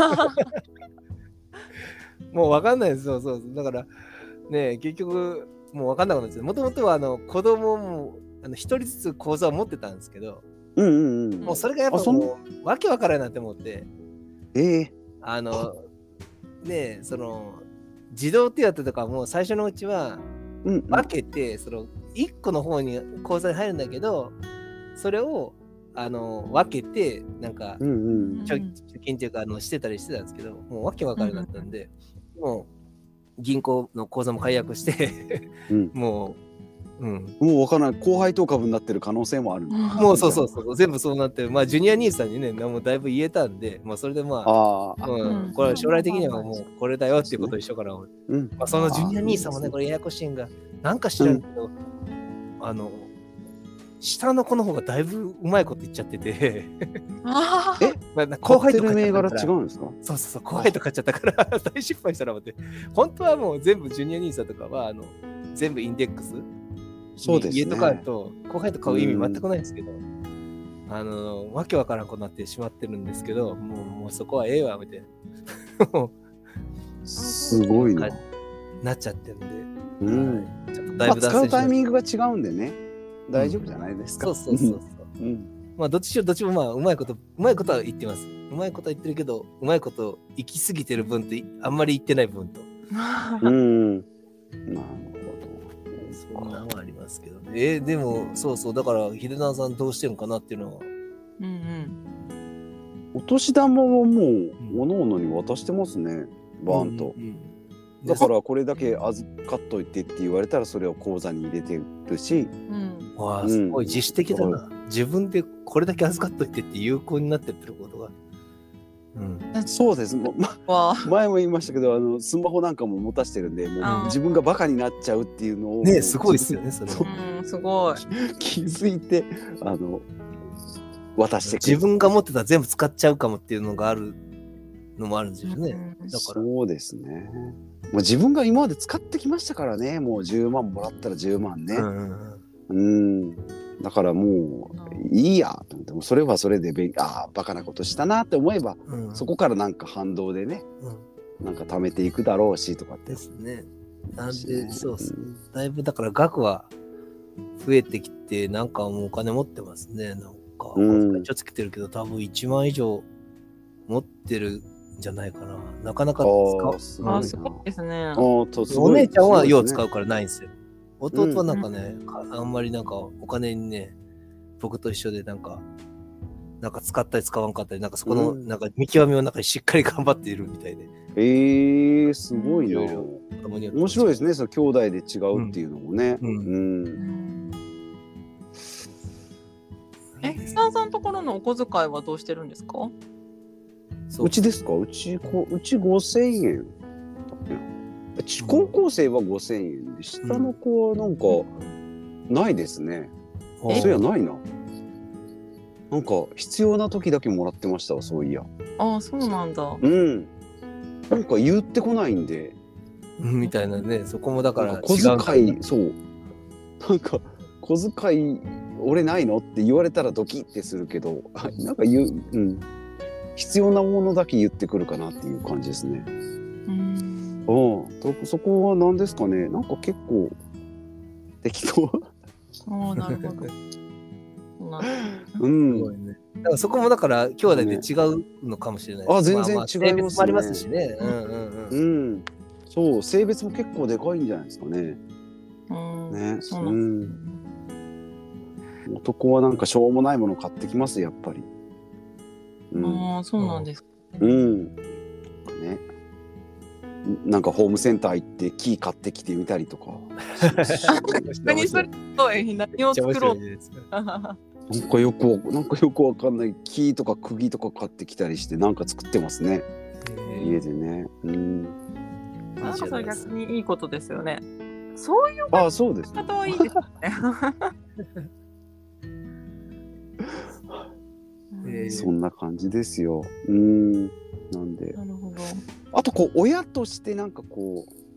B: もう分かんないです。そうそう。だからね、結局もう分かんなかったんですよ。もともとはあの子供もあの一人ずつ口座を持ってたんですけど、
A: うんうんうん、
B: もうそれがやっぱもうわけわからないなって思って、
A: ええー、
B: あのね、その児童手当とかも最初のうちは分けて、うんうん、そのいっこの方に口座に入るんだけど、それをあの分けてなんか、うんうん、貯金っていうかあのしてたりしてたんですけど、もうわけわからなかったんで、うん、もう銀行の口座も解約して、うん、もううん、
A: もう分からない、高配当株になってる可能性もある。
B: もうそうそうそう、全部そうなってる。まあジュニア兄さんにね、もうだいぶ言えたんで、まあそれでまあ、あうん、これ将来的にはもうこれだよっていうこと一緒から、うん、まあ、そのジュニア兄さんもね、これややこしいんが、なんか知らんけど、うん、あの下の子の方がだいぶうまいこと言っちゃってて、
C: あ
A: え、まあ、後輩と買っちゃったから、銘柄違うんですか？
B: そうそうそう、後輩と買っちゃったから大失敗したな思って、本当はもう全部ジュニア兄さんとかはあの全部インデックス。
A: そうですね、
B: 家とかと後輩と買う意味全くないんですけど、うん、あのわけわからんことになってしまってるんですけど、もう、もうそこはええわみたいな
A: すごいな
B: なっちゃってるんで、
A: うん、ちょっとだいぶ脱線しました。まあ、使うタイミングが違うんでね、大丈夫じゃないですか。
B: うん、そうそうそうそう、うん、まあどっちしろどっちもまあうまいことうまいことは言ってます。うまいことは言ってるけど、うまいこと行き過ぎてる分とあんまり言ってない分と、
A: うん、なる
B: そんなのはありますけどね。えー、でもそうそう、だから秀直さんどうしてるのかなっていうのは、
C: うんうん、
A: お年玉はもうおのおのに渡してますね、バーンと、うんうんうん、だからこれだけ預かっといてって言われたらそれを口座に入れてるし、
B: うん、わあすごい自主的だな、うん、自分でこれだけ預かっといてって有効になってることが、
A: うん、そうです、もう、ま、前も言いましたけど、あのスマホなんかも持たしてるんで、もう自分がバカになっちゃうっていうのを
B: ね、すごいですよねそれ、
C: うん、すごい
A: 気づいてあの渡してくる。
B: 自分が持ってたら全部使っちゃうかもっていうのがあるのもあるんですよね、
A: うん、だからそうですね、もう自分が今まで使ってきましたからね、もうじゅうまんもらったらじゅうまんね、うん、うん、だからもういいやと思って、もそれはそれでああバカなことしたなって思えば、うん、そこからなんか反動でね、うん、なんか貯めていくだろうしとかって
B: ですね。なんでそうですね、うん、だいぶだから額は増えてきて、なんかもうお金持ってますね、なんか、うん、ちょっとつけてるけど多分いちまん以上持ってるんじゃないかな。なかなか使う。
C: あ、すごいですね。
B: お姉ちゃんはよう使うからないんですよ。弟はなんかね、うん、あんまりなんかお金にね、僕と一緒でなんか、なんか使ったり使わんかったり、なんかそこのなんか見極めをなんかしっかり頑張っているみたいで。
A: えー、すごいな。面白いですね、その兄弟で違うっていうのもね。うん。うんうん、
C: え、さんさんのところのお小遣いはどうしてるんですか？
A: うちですか？うちこうちごせんえん。高校生はごせんえんで、下の子はなんかないですね。うん、そういやないな。なんか必要な時だけもらってましたわ、そういや。
C: ああ、そうなんだ。
A: うん。なんか言ってこないんで。
B: みたいなね、そこもだから
A: 小遣い、そう。なんか小遣い俺ないのって言われたらドキッてするけど、なんか言う、うん。必要なものだけ言ってくるかなっていう感じですね。うん。ああ、そこは何ですかね。なんか結構適当。
C: ああ、なるほど。
A: うん、
B: すごいね。だからそこもだから兄弟で違うのかもしれないです。
A: あ、全然違いますね。
B: 性別もありますしね。うんうんうん。
A: うん、そう、性別も結構でかいんじゃないですかね。
C: うん、
A: ね、
C: そうなんです。
A: うん。男はなんかしょうもないもの買ってきますやっぱり。
C: うん、ああ、そうなんですか。
A: うん。ね。なんかホームセンター行ってキー買ってきてみたりとか。
C: 何それ何を作ろう。
A: なんかよくなんかよくわかんないキーとか釘とか買ってきたりしてなんか作ってますね。家でね。うん。
C: なんかそれ逆にいいことですよね。そういう
A: あ、そうです。
C: 方はいいですね。
A: えー、そんな感じですよ。うん。なんで。
C: なるほど。
A: あとこう親としてなんかこう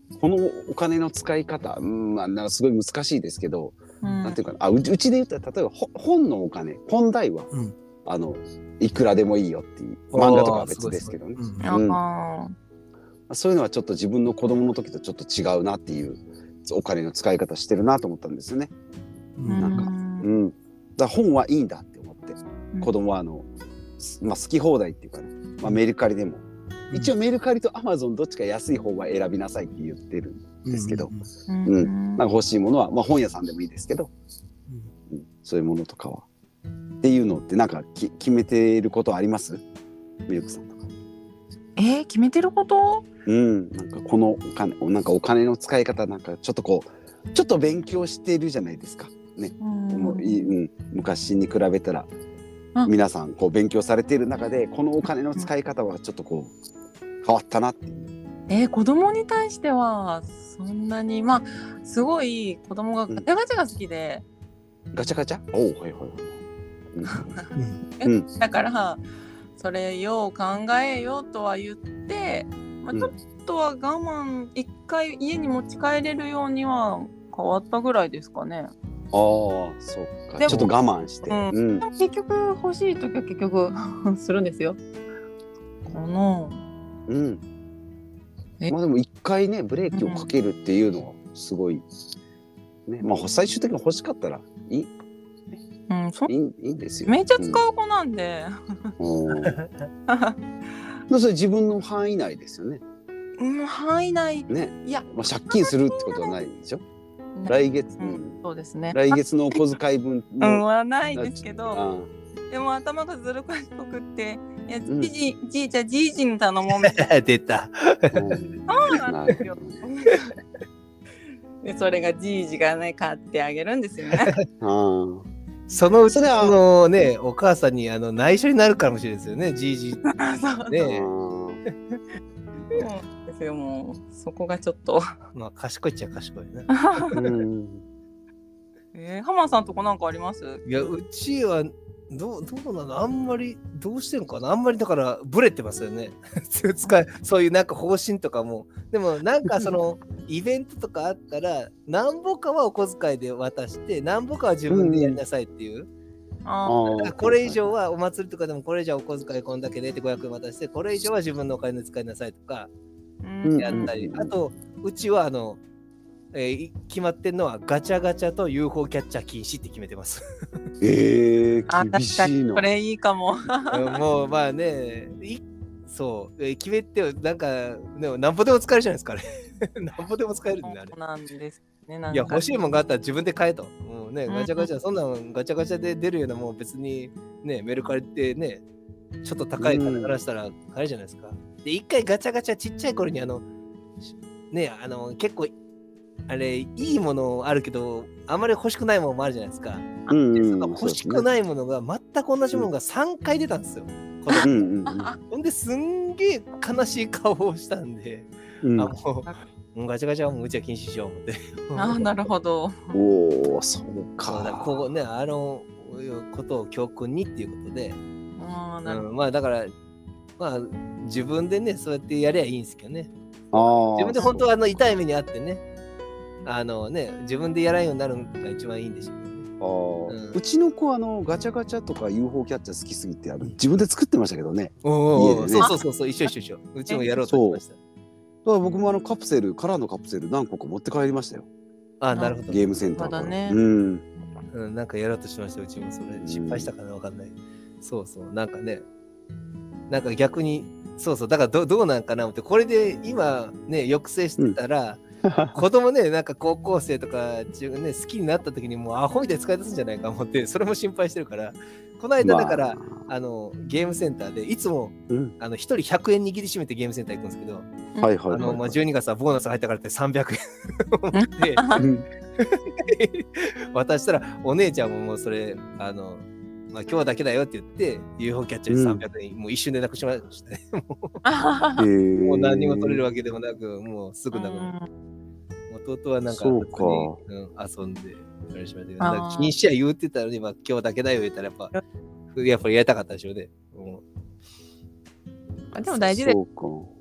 A: このお金の使い方、うん、まあなんかすごい難しいですけど、うん、なんていうかな、あうち、うちで言ったら例えば本のお金、本代は、うん、あのいくらでもいいよっていう、漫画とかは別ですけどね。うん、そういうのはちょっと自分の子供の時とちょっと違うなっていうお金の使い方してるなと思ったんですよね。うん、なんか、うん、だから本はいいんだって思って、うん、子供はあの、まあ、好き放題っていうかね、まあ、メルカリでも、うん、一応メルカリとアマゾンどっちか安い方は選びなさいって言ってるんですけど、うんうん、なんか欲しいものは、まあ、本屋さんでもいいですけど、うん、そういうものとかはっていうのってなんかき決めてることあります？ミルクさんとか。
C: えー、決めてること？
A: うん、なんかこのお金、なんかお金の使い方なんかちょっとこうちょっと勉強してるじゃないですかね。もういい、うん、昔に比べたら皆さんこう勉強されている中でこのお金の使い方はちょっとこう変わったなっていう。
C: えー、子供に対してはそんなに、まあすごい子供がガチャガチャが好きで、
A: うん、ガチャガチャ？おお、はいはい、
C: うん、だからそれよ考えよとは言って、まあ、ちょっとは我慢、一回家に持ち帰れるようには変わったぐらいですかね。ああ、
A: そうか。ちょっと我慢して、うん
C: うん、結局欲しい時は結局するんですよ。かな。
A: うん。まあでも一回ねブレーキをかけるっていうのはすごい、うん、ね。まあ最終的に欲しかったらいい。うん、そいい、いいんですよ。
C: めっちゃ使う子なんで。
A: うん、それ自分の範囲内ですよね。
C: うん、範囲内。
A: ね。いや、まあ、借金するってことはないでしょ。来月、
C: うん、そうですね。
A: 来月のお小遣い分
C: の、うん、はないですけど。でも頭がずる賢くって、いや、じいじ、うん、じいちゃん、じいじに頼もうみたいな。
B: 出た。
C: そうなんですよ。で、それがじいじがね、買ってあげるんですよね。
B: あそのうちのね、お母さんにあの内緒になるかもしれないですよね、じいじ。ね。
C: そうですよ、もうそこがちょっと。
B: まあ賢いっちゃ賢いね。
C: えー、浜さんとこなんかあります？
B: いや、うちはどうどうなの、あんまりどうしてるのかな、あんまりだからブレてますよね。使いそういうなんか方針とかも、でもなんかそのイベントとかあったら何ぼかはお小遣いで渡して何ぼかは自分でやりなさいっていう。うん、あこれ以上はお祭りとかでもこれ以上はお小遣いこんだけでってごひゃくえん渡してこれ以上は自分のお金で使いなさいとかやったり、うん、あとうちはあの、えー、決まってるのはガチャガチャと ユーフォー キャッチャー禁止って決めてます。
A: えー、厳しいの。
C: これいいかも。
B: もうまあね、いそう、えー、決めてなんかでも何ぼでも使えるじゃないですかね。何ぼでも使えるんだあれ。
C: そうなんですね。
B: いや欲しいもんがあったら自分で買えと。もうね、ガチャガチャ、うん、そんなのガチャガチャで出るようなもう別にねメルカリってねちょっと高いから出したら買えるじゃないですか。で一回ガチャガチャちっちゃい頃にあのねあの結構あれいいものあるけどあまり欲しくないものもあるじゃないですか。うんうん、欲しくないものが全く同じものがさんかい出たんですよ。ほ、うんうん、んですんげえ悲しい顔をしたんで、うん、あもうガチャガチャはもううちは禁止しよう思って。
C: あなるほど。
A: おおそうか。
B: だこうねあのことを教訓にっていうことで、あなるほど、うん、まあだからまあ自分でねそうやってやりゃいいんですけどね。あ自分で本当はあの痛い目にあってね。あのね、自分でやらんようになるのが一番いいんでしょうね。
A: あ、うん、うちの子はあのガチャガチャとか ユーフォー キャッチャー好きすぎてあの自分で作ってましたけどね。お
B: 家でね。そうそうそうそう、一緒一緒一緒。うちもやろうとしました。だ
A: から僕もあのカプセル、カラーのカプセル何個か持って帰りましたよ。
B: あ、なるほど。
A: ゲームセンターから。
C: ね、
A: うん、
B: うん。なんかやろうとしました、うちもそれ。失敗したかな、わかんない。そうそう、なんかね、なんか逆に、そうそう、だから ど, どうなんかなって、これで今ね、抑制してたら、うん子供ねなんか高校生とか自分ね好きになった時にもうアホみたいに使い出すんじゃないか思ってそれも心配してるからこの間だから、まあ、あのゲームセンターでいつも、うん、あのひとりひゃくえん握りしめてゲームセンター行くんですけど、はいはいはいはい、あのまあ、じゅうにがつはボーナス入ったからってさんびゃくえん持って渡したらお姉ちゃんももうそれあのまあ、今日だけだよって言って ユーフォー キャッチャーでさんびゃくえん、うん、もう一瞬でなくしましたね。もう何にも取れるわけでもなくもうすぐなくなる。弟はなんか
A: そうか、
B: うん、遊んであれしましたけどなんか禁止は言ってたのに、まあ、今日だけだよ言ったらやっぱやっぱりやりたかったでしょうね。
C: あでも大事です。
A: そうか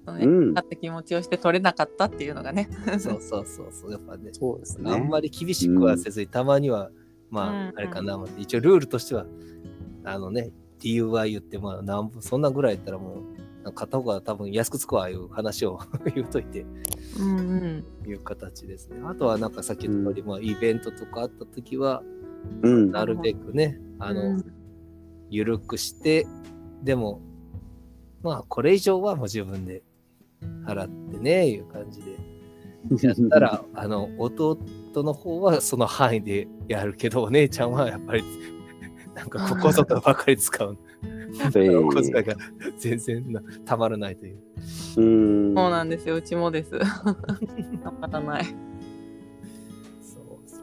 C: ね、うん、って気持ちをして取れなかったっていうのがね。
B: そうそうそうそう、やっぱね、
A: そうですね。
B: あんまり厳しくはせずに、たまには、まあ、あれかな、うん、一応ルールとしては、あのね、理由は言って、まあ、なんそんなぐらいやったらもう、片方が多分安くつくわいう話を言うといて、うんうん、いう形ですね。あとはなんかさっき言った通り、うん、まあ、イベントとかあった時は、うん、なるべくね、あの、うん、緩くして、でも、まあ、これ以上はもう自分で払ってね、いう感じで。やったら、あの、弟の方はその範囲でやるけど、お姉ちゃんはやっぱり、なんかここぞとばかり使う。お小遣いが全然たまらないという。
C: うーん、そうなんですよ、うちもです。たまらない。
B: そうそう。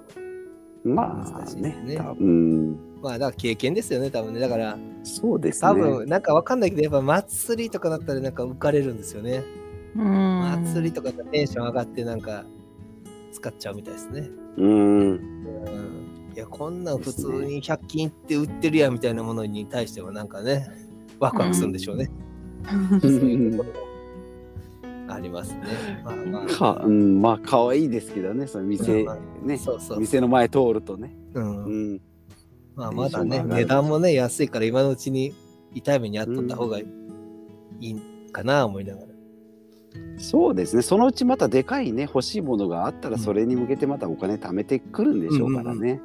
A: まあね。
B: ねうん、まあだから経験ですよね、多分ね。だから、
A: そうですね。
B: 多分なんかわかんないけど、やっぱ祭りとかだったらなんか浮かれるんですよね。うん。祭りとかでテンション上がってなんか使っちゃうみたいですね。うん。うんいやこんなん普通にひゃく均って売ってるやんみたいなものに対してはなんかねワクワクするんでしょうね。うん、そういうところもありますね。まあまあ、
A: かうん、まあ可愛いですけどね、その店、うんまあ、ねそうそうそう、店の前通るとね。うん。うん、
B: まあまだね値段もね安いから今のうちに痛い目にあっとった方がいいんかな思いながら。
A: そうですね。そのうちまたでかいね欲しいものがあったらそれに向けてまたお金貯めてくるんでしょうからね。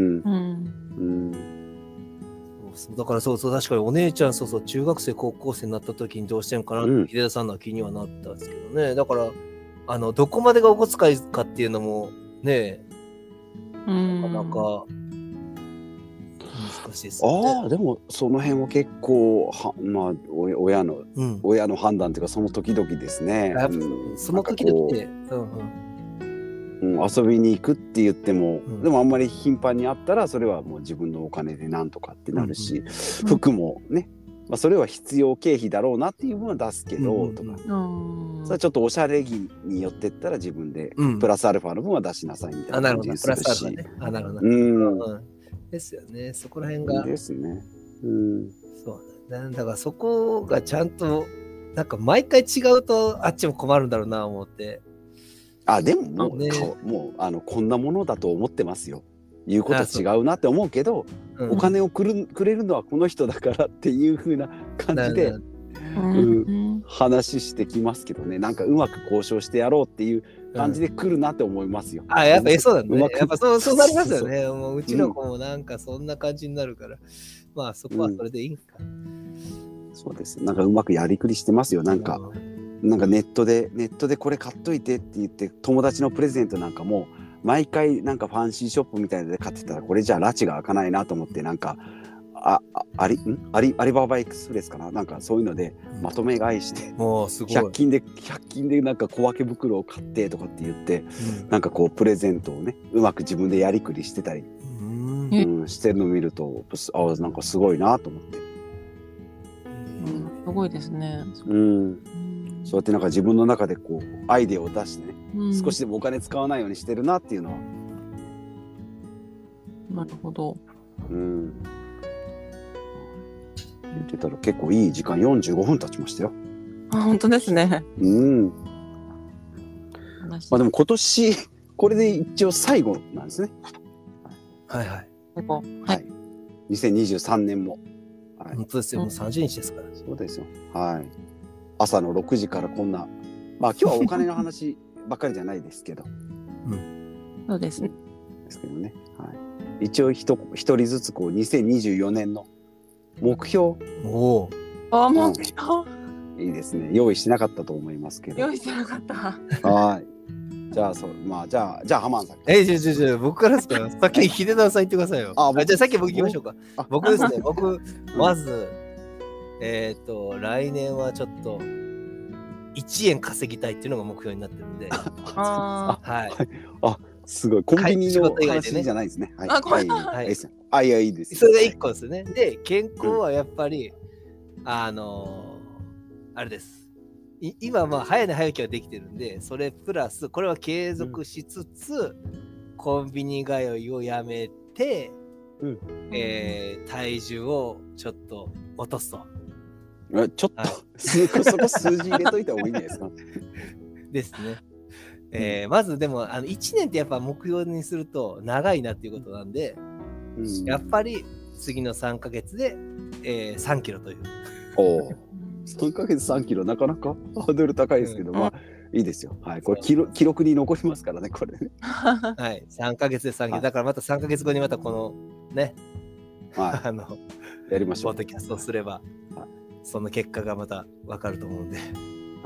B: だからそうそう確かにお姉ちゃんそうそう中学生高校生になった時にどうしてんかなって、うん、秀田さんの気にはなったんですけどね。だからあのどこまでがお小遣いかっていうのもねなかなか難しいですね。
A: ああでもその辺は結構はまあ親の、うん、親の判断というかその時々ですね。
B: うん、その時々で、うん
A: うん、遊びに行くって言っても、うん、でもあんまり頻繁にあったらそれはもう自分のお金でなんとかってなるし、うんうん、服もね、まあ、それは必要経費だろうなっていう分は出すけど、うん、とか、うん、それはちょっとおしゃれ着によってったら自分でプラスアルファの分は出しなさいみたいな感じにするし、
B: あなるほど、うんうんですよね。そこら辺が。
A: ですね。うん。
B: そうなんだからそこがちゃんとなんか毎回違うとあっちも困るんだろうな思って。
A: あでももう、ね、もうあのこんなものだと思ってますよ。言うこと違うなって思うけど、うん、お金をくるくれるのはこの人だからっていう風な感じで、うん、話してきますけどね。なんかうまく交渉してやろうっていう感じで来るなって思いますよ。
B: うん、あやっぱそうなんだね。やっぱそうそうなりますよね。そうそうもううちの子もなんかそんな感じになるから、うん、まあそこはそれでいいんか、うん。
A: そうです。なんかうまくやりくりしてますよ。なんか、うん、なんかネットでネットでこれ買っといてって言って友達のプレゼントなんかも毎回なんかファンシーショップみたいなので買ってたらこれじゃ拉致が開かないなと思ってなんか。あありんアリアリババエクスプレスかななんかそういうのでまとめ買いして、
B: もうすごい
A: ひゃく均でひゃく均でなんか小分け袋を買ってとかって言って、うん、なんかこうプレゼントをねうまく自分でやりくりしてたり、うんうん、してるのを見るとあなんかすごいなと思って、
C: うん、すごいですね、
A: うん、そうやってなんか自分の中でこうアイデアを出してね、うん、少しでもお金使わないようにしてるなっていうのは
C: なるほど、
A: うん言ってたら結構いい時間よんじゅうごふん経ちましたよ。
C: あ本当ですね。
A: うん。まあでも今年これで一応最後なんですね。
B: はいはい。
C: はい。
A: にせんにじゅうさんねんも。
B: はい、本当ですよ。もうさんじゅうにちですから。
A: そうですよ。はい。朝のろくじからこんなまあ今日はお金の話ばっかりじゃないですけど。
C: うん。そうですね。
A: ですけどね。はい。一応一一人ずつこうにせんにじゅうよねんの目標
B: お
C: あ目標、
A: うん、いいですね用意しなかったと思いますけど
C: 用意してなかった
A: はいじゃあそうまあじゃあじゃあハマンさん
B: えじゃあじゃあじゃあ僕からですか先に秀田さん言ってくださいよああじゃあさっき僕行きましょうか僕ですね僕まずえっ、ー、と来年はちょっといちえん稼ぎたいっていうのが目標になってるんで
C: あ
B: はい
A: あすごいコンビニの話じゃないですね。はい。
C: あ、これ
A: はい。あ、いやいいです。
B: それが一個ですね。で、健康はやっぱり、うん、あのー、あれです。今まあ早寝早起きはできてるんで、それプラスこれは継続しつつ、うん、コンビニ通いをやめて、うん、えー、体重をちょっと落とすと。
A: ちょっと、はい、そこ数字入れといた方がいいんじゃないですか。
B: ですね。えー、まずでもあのいちねんってやっぱ目標にすると長いなっていうことなんで、うん、やっぱり次のさんかげつで、えー、さんキロという。
A: おさんかげつさんキロなかなかハードル高いですけど、うん、まあいいですよ。はい、これ記録、記録に残りますからね、これね。
B: はい、さんかげつでさんキロ、はい、だからまたさんかげつごにまたこのね、はい、あの
A: やりましょう。
B: ポッドキャストをすれば、はい、その結果がまた分かると思うんで、はい、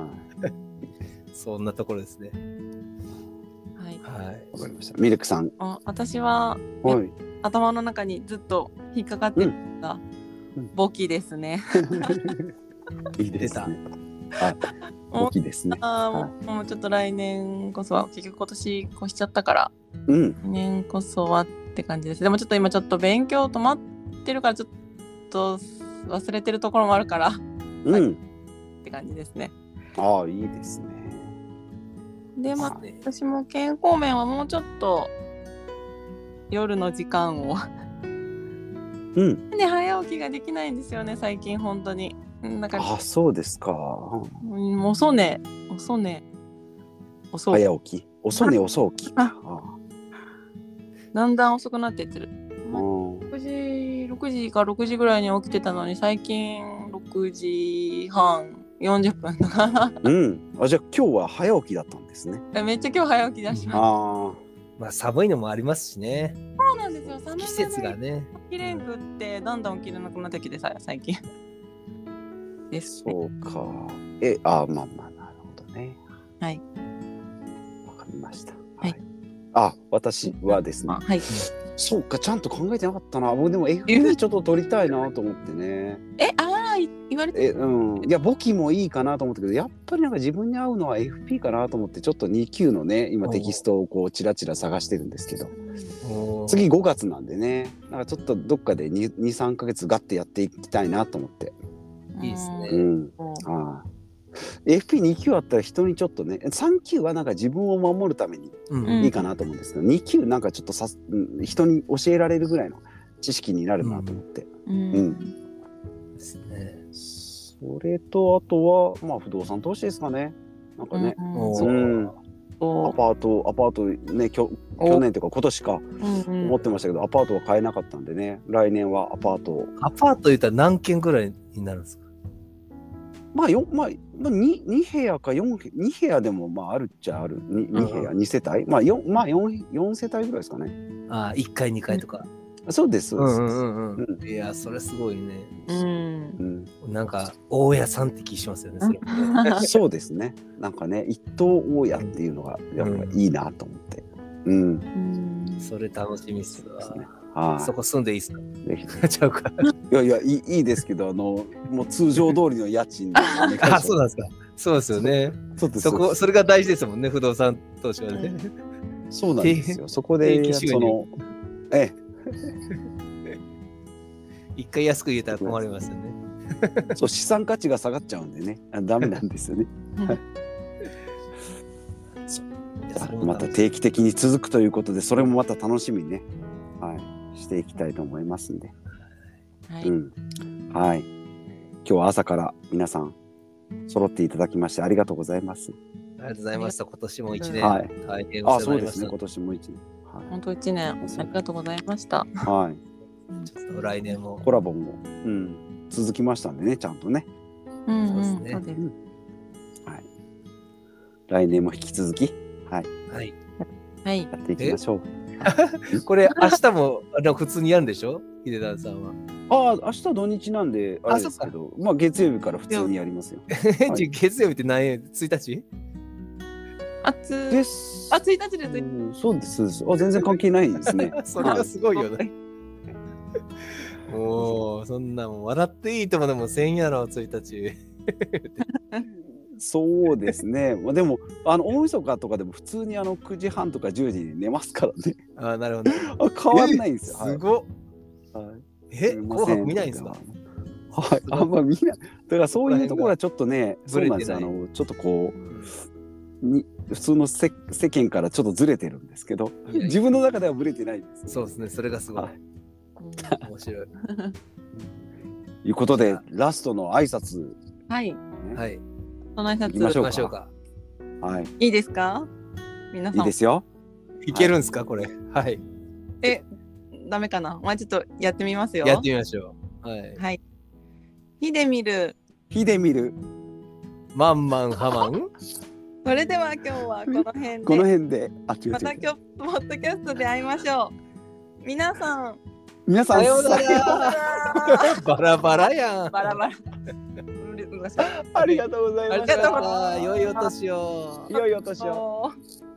B: そんなところですね。
C: はい、
A: はい、わかりました。ミルクさん。
C: あ、私は、はい、頭の中にずっと引っかかってるのが、うん、簿記ですね。
A: いいですね。はい、簿記ですね。
C: あ、はい、もうちょっと来年こそは、結局今年越しちゃったから、
A: うん、
C: 来年こそはって感じです。でもちょっと今ちょっと勉強止まってるから、ちょっと忘れてるところもあるから、
A: うん、はい、っ
C: て感じですね。
A: ああ、いいですね。
C: で、まあ、私も健康面はもうちょっと夜の時間を
A: うん、
C: で早起きができないんですよね、最近本当に。なんか、
A: あ、そうですか。
C: うん、遅寝遅寝遅
A: 早起き遅寝遅起きああ、
C: だんだん遅くなっていってる。ろくじろくじかろくじぐらいに起きてたのに、最近ろくじはんよんじゅっぷんとか。
A: うん、あ、じゃあ今日は早起きだったんですね。
C: めっちゃ今日早起きだしました。
A: あ、
B: まあ寒いのもありますしね。
C: そうなんですよ。寒い
B: 季節がね。
C: 起きれんくってだんだん起きれなくなってきてさ、最近。です、
A: ね。そうか。え、あ、まあまあ、なるほどね。
C: はい。
A: わかりました。
C: はい。
A: あ、私はですね。
C: はい。
A: そうか、ちゃんと考えてなかったな。僕でも エフピー ちょっと取りたいなと思ってね。
C: え、ああ、言われて。
A: え、うん。いや、簿記もいいかなと思ったけど、やっぱりなんか自分に合うのは エフピー かなと思って、ちょっとに級のね、今テキストをこうチラチラ探してるんですけど、次ごがつなんでね、なんかちょっとどっかでに、に、さんかげつガッてやっていきたいなと思って。
B: いいですね。
A: うん。ああ。エフピーに 級あったら人にちょっとね、さん級はなんか自分を守るためにいいかなと思うんですけど、うん、に級なんかちょっとさ人に教えられるぐらいの知識になるなと思って。うん。うんうん、
B: ですね。
A: それとあとはまあ不動産投資ですかね。なんかね。うん。アパートアパートね、きょ去年というか今年か思ってましたけど、アパートは買えなかったんでね。来年はアパートを。
B: アパート言ったら何軒ぐらいになるんですか。
A: まあよ、まあ、に, に部屋かよん、に部屋でもまああるっちゃある。に, に部屋、に世帯、まあよん、まあ 4, 4世帯ぐらいですかね。
B: ああ、いっかいにかいとか。
A: そうですそうです。うん
B: うんうん、いや、それすごいね。
C: うん。
B: なんか大家さんって気しますよね。それもね
A: そうですね。なんかね、一棟大家っていうのがやっぱいいなと思って。うん。
B: うん、それ楽しみっすわ。
A: ね、
B: そこ住んでいいっすか。
A: ぜひ。ちゃうか。いやいやいい、いいですけど、あのもう通常通りの家賃で、ね。
B: あ、そうなんですか。そうですよね。
A: そうです。
B: そこ、それが大事ですもんね、不動産投資はね。
A: そうなんですよ。そこでその、ええ。
B: 一回安く言えたら困りますよね。
A: そう、資産価値が下がっちゃうんでね、ダメなんですよね。また定期的に続くということで、それもまた楽しみにね、はい、していきたいと思いますんで。
C: はい。
A: うん、はい。今日は朝から皆さん揃っていただきましてありがとうございます。
B: ありがとうございました。今年も一年、
A: はい、
B: 大変お世話になりました。あ、そうですね。
A: 今年も一年。
C: はい、本当一年ありがとうございました。
A: はい。
B: ちょっと来年も
A: コラボも、うん、続きましたんでね、ちゃんとね。
C: うん、うん、そうですね。うん、
A: はい。来年も引き続き、はい。
B: はい。
C: はい。
A: やっていきましょう。
B: これ明日もあの普通にやるんでしょ、秀田さんは。
A: ああ、明日土日なんであれですけど、まあ月曜日から普通にやりますよ。
B: はい、月曜日って何円？ついたち？
C: あつ
A: です。
C: あ、ついたちです。
A: うん、そうです。あ、全然関係ないですね。
B: それはすごいよね。もうそんなもん笑っていいともでもせんやろついたち。
A: そうですね。まあでもあの大晦日とかでも普通にあのくじはんとかじゅうじに寝ますからね。
B: あ、なるほど。
A: あ、変わんないんですよ。
B: すごっ。
A: はい。
B: え、紅白見ないんですか？
A: はい。あんま見ない。だからそういうところはちょっとね、そうなんですよ。あのちょっとこうに普通の世間からちょっとずれてるんですけど、自分の中ではぶれてないんです。
B: そうですね。それがすごい。面白い。
A: いいうことでラストの挨拶、
C: はい、
A: ね、
C: はい、その挨拶
A: 行きましょうか。はい。
C: いいですか？皆さん。
A: いいですよ。
B: いけるんですか、はい、これ。はい。
C: え、ダメかな。まあちょっとやってみますよ。
B: やってみましょう。はい。
C: はい。火で見る。
A: 火で見る。
B: マンマンハマン。
C: それでは今日はこの辺で。
A: この辺で。あ、違う違う。
C: また今日ポッドキャストで会いましょう。皆さん。
A: 皆さん。
B: さようなら。バラバラやん。
C: バラバラ。
A: ありがとうございました。
B: 良いお年を。
A: 良いお年を。